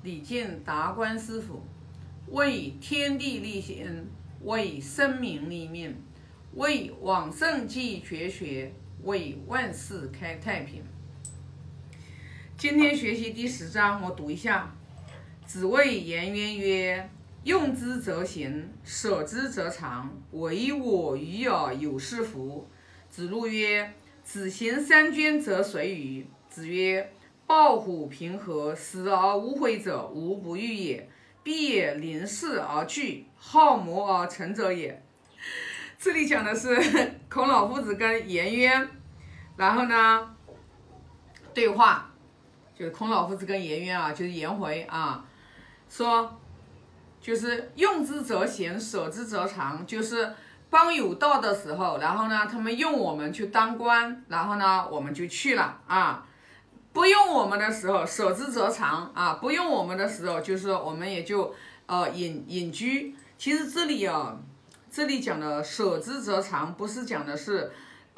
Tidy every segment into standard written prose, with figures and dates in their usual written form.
礼敬达观师傅，为天地立心，为生民立命，为往圣继绝学，为万世开太平。今天学习第10章，我读一下。子谓颜渊曰：用之则行，舍之则长，唯我与尔有是夫。子路曰：子行三军则随与？子曰：抱虎平和，死而无悔者，无不欲也。必也临事而惧，好谋而成者也。这里讲的是孔老夫子跟颜渊，然后呢对话，就是孔老夫子跟颜渊啊，就是颜回啊，说就是用之则行，舍之则长，就是帮有道的时候，然后呢他们用我们去当官，然后呢我们就去了啊。不用我们的时候，舍之则长啊，不用我们的时候，就是我们也就隐居。其实这里啊，这里讲的舍之则长，不是讲的是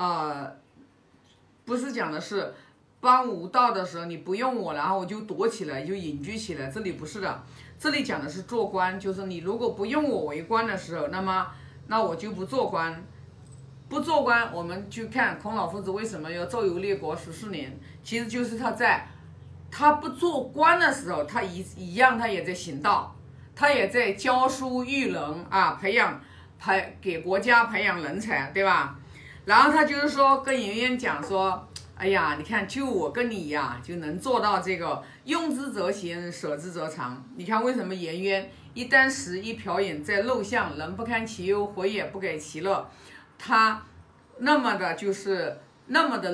帮无道的时候你不用我，然后我就躲起来，就隐居起来。这里不是的，这里讲的是做官，就是你如果不用我为官的时候，那我就不做官。不做官，我们去看孔老夫子为什么要周游列国14年，其实就是他不做官的时候，他一样他也在行道，他也在教书育人啊，给国家培养人才，对吧？然后他就是说跟颜渊讲说，哎呀，你看就我跟你呀，就能做到这个用之则行，舍之则长。你看为什么颜渊一箪食一瓢饮，在陋巷，人不堪其忧，回也不给其乐。他那么的就是那么的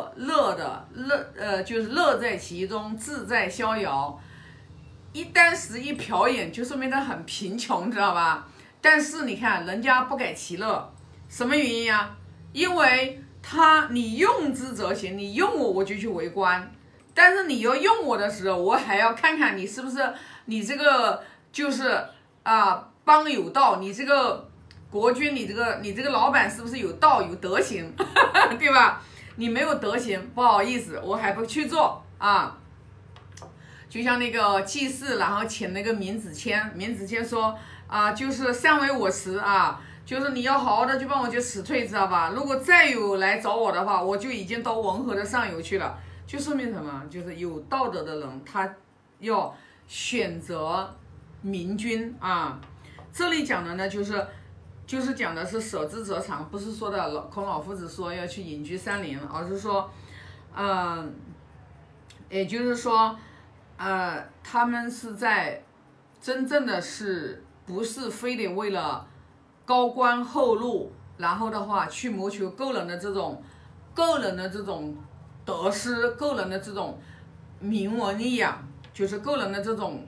就是乐在其中，自在逍遥。一箪食一瓢饮，就说明他很贫穷，知道吧？但是你看人家不给其乐，什么原因啊？因为你用之则行，你用我就去为官，但是你要用我的时候，我还要看看你是不是你这个就是帮有道，你这个国君，你这个老板是不是有道有德行对吧？你没有德行，不好意思，我还不去做啊。就像那个祭祀，然后请那个闵子骞说就是善为我辞啊，就是你要好好的去帮我去辞退，知道吧？如果再有来找我的话，我就已经到文河的上游去了。就说明什么？就是有道德的人，他要选择明君啊。这里讲的呢，就是讲的是舍之则长，不是说的孔老夫子说要去隐居山林，而是说，也就是说，他们是在真正的是不是非得为了高官厚禄，然后的话去谋求个人的这种得失，个人的这种名闻利养，就是个人的这种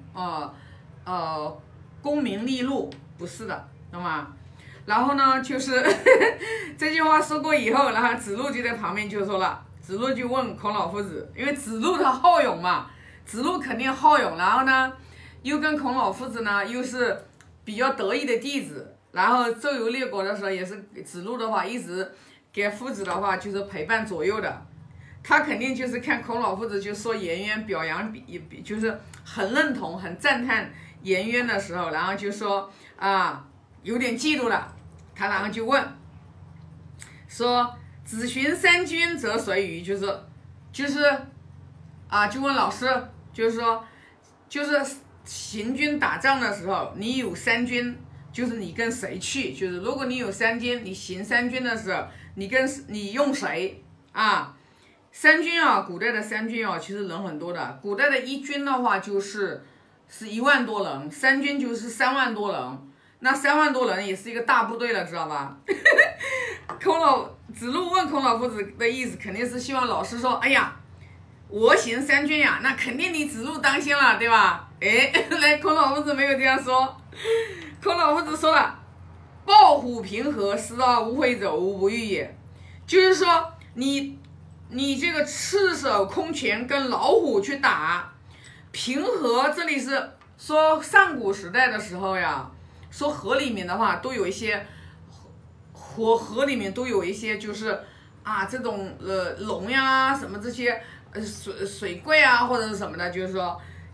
功名利禄，不是的，懂吗？然后呢，就是这句话说过以后，然后子路就在旁边就说了，子路就问孔老夫子，因为子路他好勇嘛，子路肯定好勇，然后呢，又跟孔老夫子呢又是比较得意的弟子，然后周游列国的时候也是子路的话一直给夫子的话就是陪伴左右的，他肯定就是看孔老夫子就说颜渊表扬就是很认同很赞叹颜渊的时候，然后就说有点嫉妒了。他然后就问说，子循三军则随与？就问老师，就是说就是行军打仗的时候，你有三军，就是你跟谁去？就是如果你有三军，你行三军的时候，你用谁啊？三军啊，古代的三军啊，其实人很多的。古代的一军的话是1万多人，三军就是3万多人。那3万多人也是一个大部队了，知道吧？子路问孔老夫子的意思，肯定是希望老师说，哎呀，我行三军呀，那肯定你子路当先了，对吧？来，孔老夫子没有这样说，孔老夫子说了，抱虎平和，死而无悔者，无不欲也。就是说，你这个赤手空拳跟老虎去打，平和，这里是说上古时代的时候呀。说河里面的话都有一些河里面都有一些就是这种龙呀什么这些水怪啊或者是什么的，就是说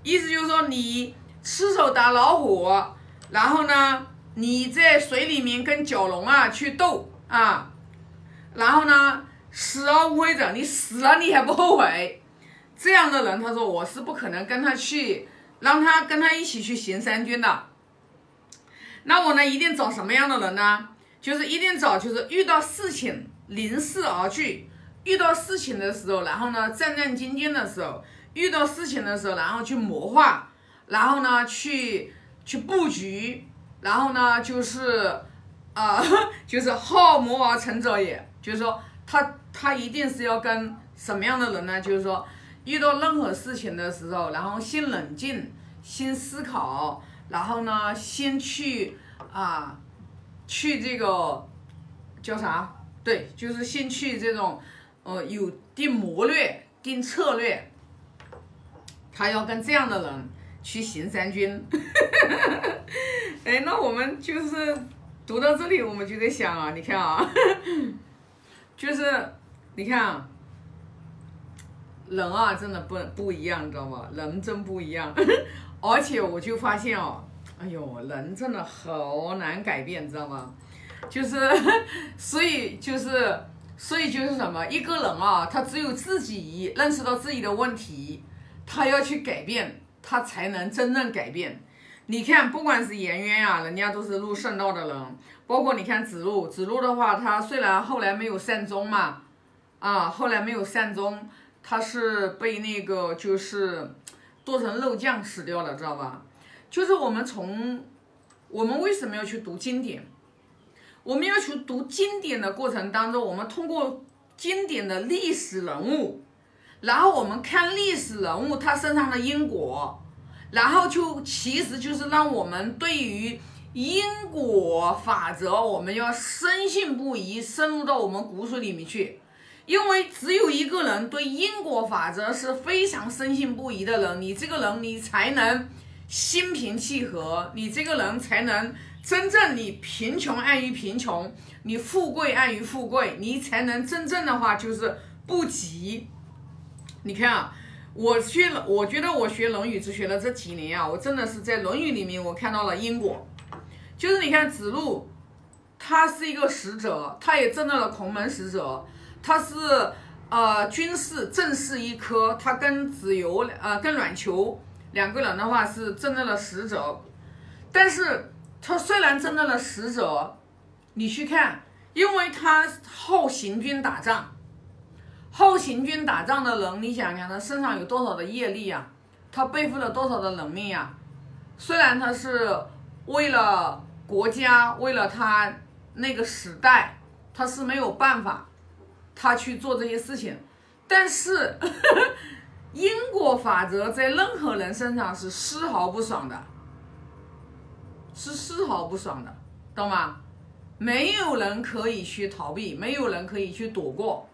意思就是说你赤手打老虎，然后呢你在水里面跟蛟龙啊去斗啊，然后呢死而无悔者，你死了你还不后悔，这样的人他说我是不可能跟他去让他跟他一起去行三军的。那我呢一定找什么样的人呢？就是一定找就是遇到事情临事而去，遇到事情的时候，然后呢战战兢兢的时候，遇到事情的时候，然后去谋划，然后呢去布局，然后呢就是就是好谋而成者也，就是说他一定是要跟什么样的人呢？就是说遇到任何事情的时候，然后先冷静，先思考，然后呢先去去这个叫啥？对，就是先去这种有定谋略、定策略，他要跟这样的人去行三军。哎，那我们就是读到这里，我们就在想啊，你看啊，就是你看啊，人啊真的不一样，你知道吗？人真不一样。而且我就发现哦，哎呦，人真的好难改变，知道吗？就是所以就是什么，一个人啊，他只有自己认识到自己的问题，他要去改变，他才能真正改变。你看不管是颜渊啊，人家都是入圣道的人，包括你看子路的话，他虽然后来没有善终嘛，后来没有善终，他是被那个就是剁成肉酱死掉了，知道吧？就是我们为什么要去读经典？我们要去读经典的过程当中，我们通过经典的历史人物，然后我们看历史人物他身上的因果，然后其实就是让我们对于因果法则我们要深信不疑，深入到我们骨髓里面去。因为只有一个人对因果法则是非常深信不疑的人，你这个人你才能心平气和，你这个人才能真正你贫穷爱于贫穷，你富贵爱于富贵，你才能真正的话就是不急。你看啊，我觉得我学论语只学了这几年啊，我真的是在论语里面我看到了因果。就是你看子路，他是一个使者，他也证到了孔门使者，他是军事正事一科，他跟跟阮求两个人的话是证到了使者。但是他虽然证到了使者，你去看，因为他好行军打仗，好行军打仗的人，你想想他身上有多少的业力啊，他背负了多少的人命啊。虽然他是为了国家，为了他那个时代，他是没有办法他去做这些事情，但是因果法则在任何人身上是丝毫不爽的，是丝毫不爽的，懂吗？没有人可以去逃避，没有人可以去躲过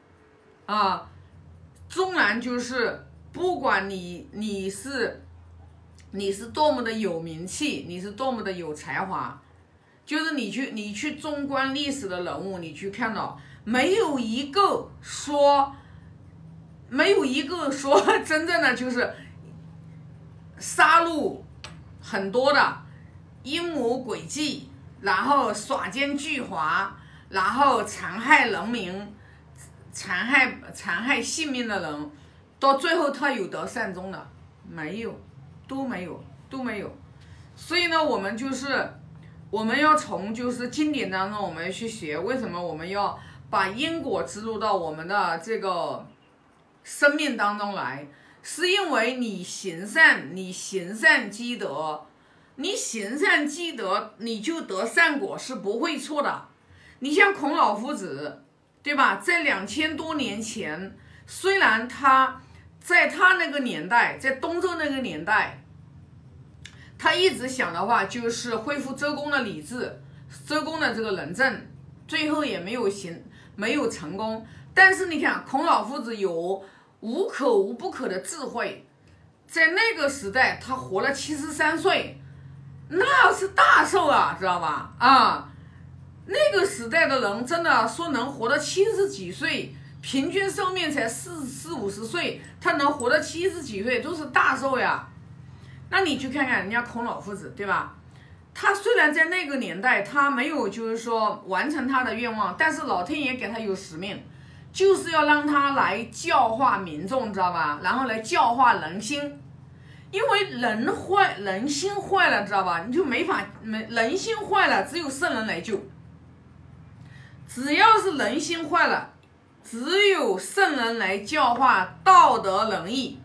纵然就是不管你是多么的有名气，你是多么的有才华，就是你去纵观历史的人物，你去看到没有一个说真正的就是杀戮很多的阴谋诡计，然后耍奸巨猾，然后残害人民，残害性命的人，到最后他有得善终的没有？都没有。所以呢，我们要从就是经典当中我们去学，为什么我们要把因果植入到我们的这个生命当中来？是因为你行善积德，你行善积德，你就得善果是不会错的。你像孔老夫子，对吧？在2000多年前，虽然他在他那个年代，在东周那个年代，他一直想的话就是恢复周公的礼制，周公的这个仁政，最后也没有成功。但是你看孔老夫子有无可无不可的智慧，在那个时代他活了73岁，那是大寿啊，知道吧？那个时代的人真的说能活到70几岁，平均寿命才40-50岁，他能活到70几岁都是大寿呀。 那你去看看人家孔老夫子，对吧？他虽然在那个年代他没有就是说完成他的愿望，但是老天爷给他有使命，就是要让他来教化民众，知道吧？然后来教化人心，因为人心坏了，知道吧？你就人心坏了，只有圣人来救。只要是人心坏了，只有圣人来教化道德仁义，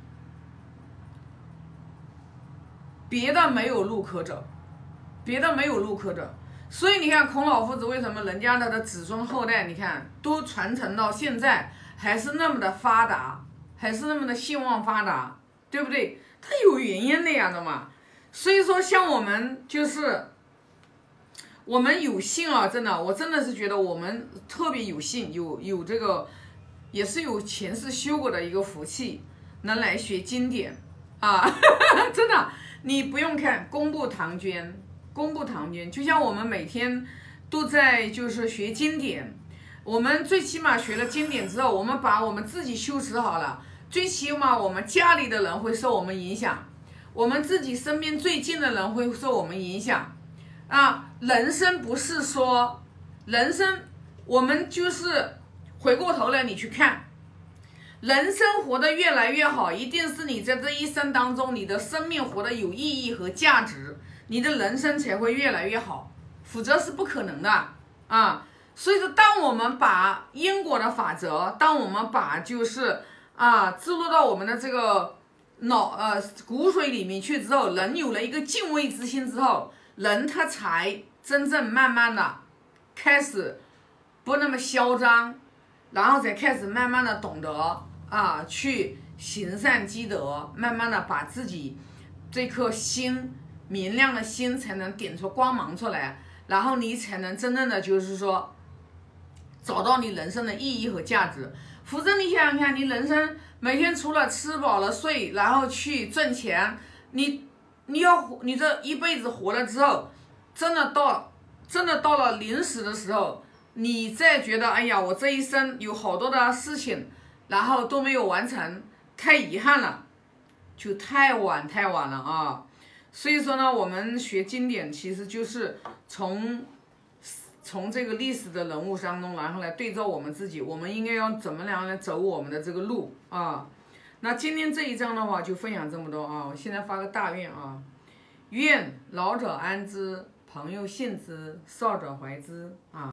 别的没有路可走，别的没有路可走。所以你看孔老夫子为什么人家的子孙后代，你看都传承到现在，还是那么的发达，还是那么的兴旺发达，对不对？它有原因的呀，的嘛。所以说像我们就是我们有幸啊，真的，我真的是觉得我们特别有幸，有这个也是有前世修过的一个福气，能来学经典啊，真的，你不用看工部唐娟，就像我们每天都在就是学经典，我们最起码学了经典之后，我们把我们自己修持好了，最起码我们家里的人会受我们影响，我们自己身边最近的人会受我们影响。啊，人生不是说，人生我们就是回过头来你去看，人生活得越来越好，一定是你在这一生当中，你的生命活得有意义和价值，你的人生才会越来越好，否则是不可能的啊。所以说，当我们把因果的法则，当我们把就是植入到我们的这个骨髓里面去之后，人有了一个敬畏之心之后，人他才真正慢慢的开始不那么嚣张，然后才开始慢慢的懂得去行善积德，慢慢的把自己这颗心明亮的心才能点出光芒出来，然后你才能真正的就是说找到你人生的意义和价值。否则你想想看，你人生每天除了吃饱了睡，然后去挣钱，你这一辈子活了之后，真的到了临死的时候，你再觉得哎呀，我这一生有好多的事情，然后都没有完成，太遗憾了，就太晚了啊！所以说呢，我们学经典其实就是从这个历史的人物当中，然后来对照我们自己，我们应该要怎么样来走我们的这个路啊？那今天这一章的话就分享这么多啊！我现在发个大愿啊，愿老者安之，朋友信之，少者怀之啊！